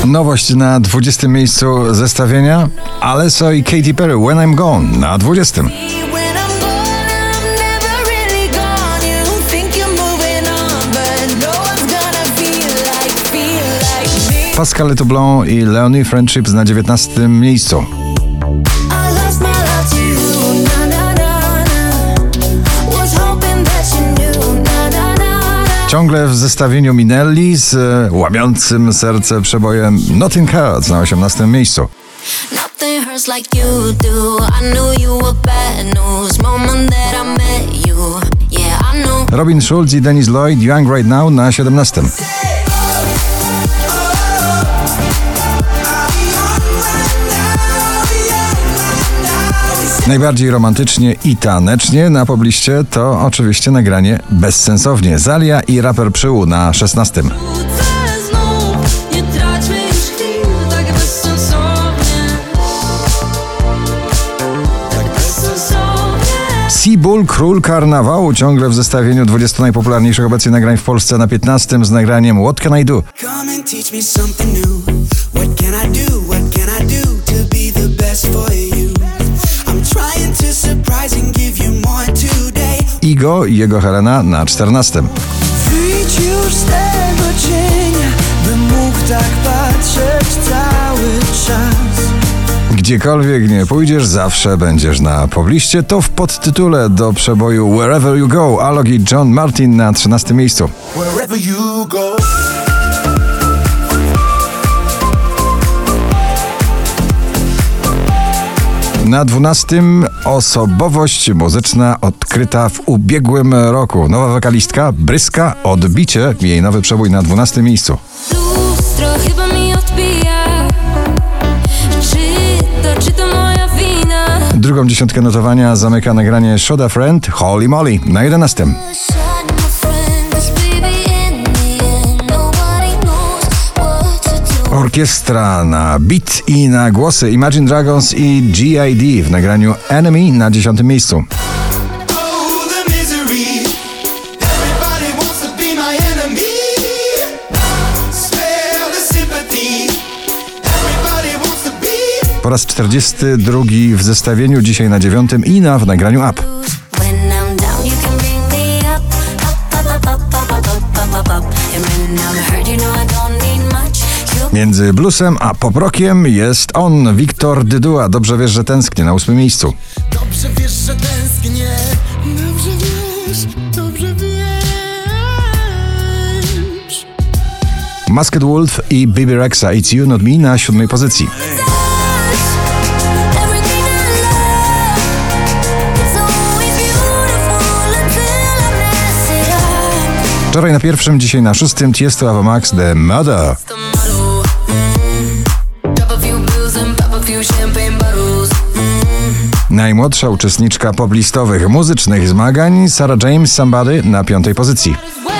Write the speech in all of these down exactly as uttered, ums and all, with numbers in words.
Nowość na dwudziestym miejscu zestawienia. Alesso i Katy Perry, When I'm Gone na dwudziestym. Pascal Letoublon i Leonie Friendships na dziewiętnastym miejscu. Ciągle w zestawieniu Minelli z łamiącym serce przebojem Nothing Hurts na osiemnastym miejscu. Robin Schulz i Dennis Lloyd, Young Right Now na siedemnastym. Najbardziej romantycznie i tanecznie na pobliście to oczywiście nagranie Bezsensownie. Zalia i raper Przyłu na szesnastym. Seabull, król karnawału, ciągle w zestawieniu dwudziestu najpopularniejszych obecnie nagrań w Polsce na piętnastym z nagraniem What Can I Do. Igo i jego Helena na czternastym. Wyjdź już z tego cienia, bym mógł tak patrzeć cały czas. Gdziekolwiek nie pójdziesz, zawsze będziesz na pobliście. To w podtytule do przeboju Wherever You Go, Alok i John Martin na trzynastym miejscu. Wherever you go. Na dwunastym osobowość muzyczna odkryta w ubiegłym roku. Nowa wokalistka Bryska, Odbicie, jej nowy przebój na dwunastym miejscu. Lustro chyba mi odbija. Czy to, czy to moja wina? Drugą dziesiątkę notowania zamyka nagranie Shoda Friend, Holy Moly na jedenastym. Orkiestra na beat i na głosy Imagine Dragons i G I D w nagraniu Enemy na dziesiątym miejscu. Po raz czterdziesty drugi w zestawieniu, dzisiaj na dziewiątym i na w nagraniu Up. Między bluesem a pop-rockiem jest on, Wiktor Dydua. Dobrze wiesz, że tęsknię na ósmym miejscu. Dobrze wiesz, że tęsknię. Dobrze wiesz, dobrze wiesz. Masked Wolf i Bebe Rexha, It's You Not Me na siódmej pozycji. Wczoraj na pierwszym, dzisiaj na szóstym Tiesto, Ava Max, The Mother. Najmłodsza uczestniczka poplistowych muzycznych zmagań Sarah James, Somebody na piątej pozycji.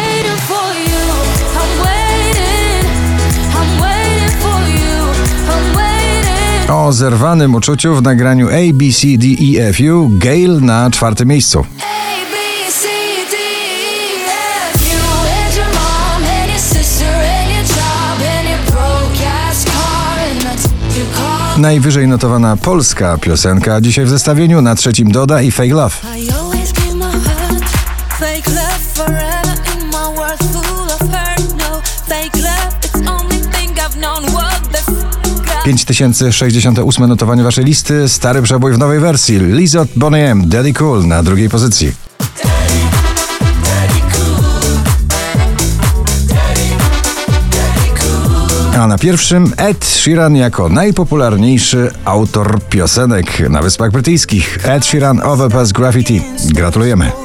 O zerwanym uczuciu w nagraniu A B C D E F U Gayle na czwartym miejscu. Najwyżej notowana polska piosenka dzisiaj w zestawieniu, na trzecim Doda i Fake Love. pięć tysięcy sześćdziesiąte ósme notowanie waszej listy, stary przebój w nowej wersji. Lizot, Boney M, Daddy Cool na drugiej pozycji. A na pierwszym Ed Sheeran jako najpopularniejszy autor piosenek na Wyspach Brytyjskich. Ed Sheeran, Overpass Graffiti. Gratulujemy.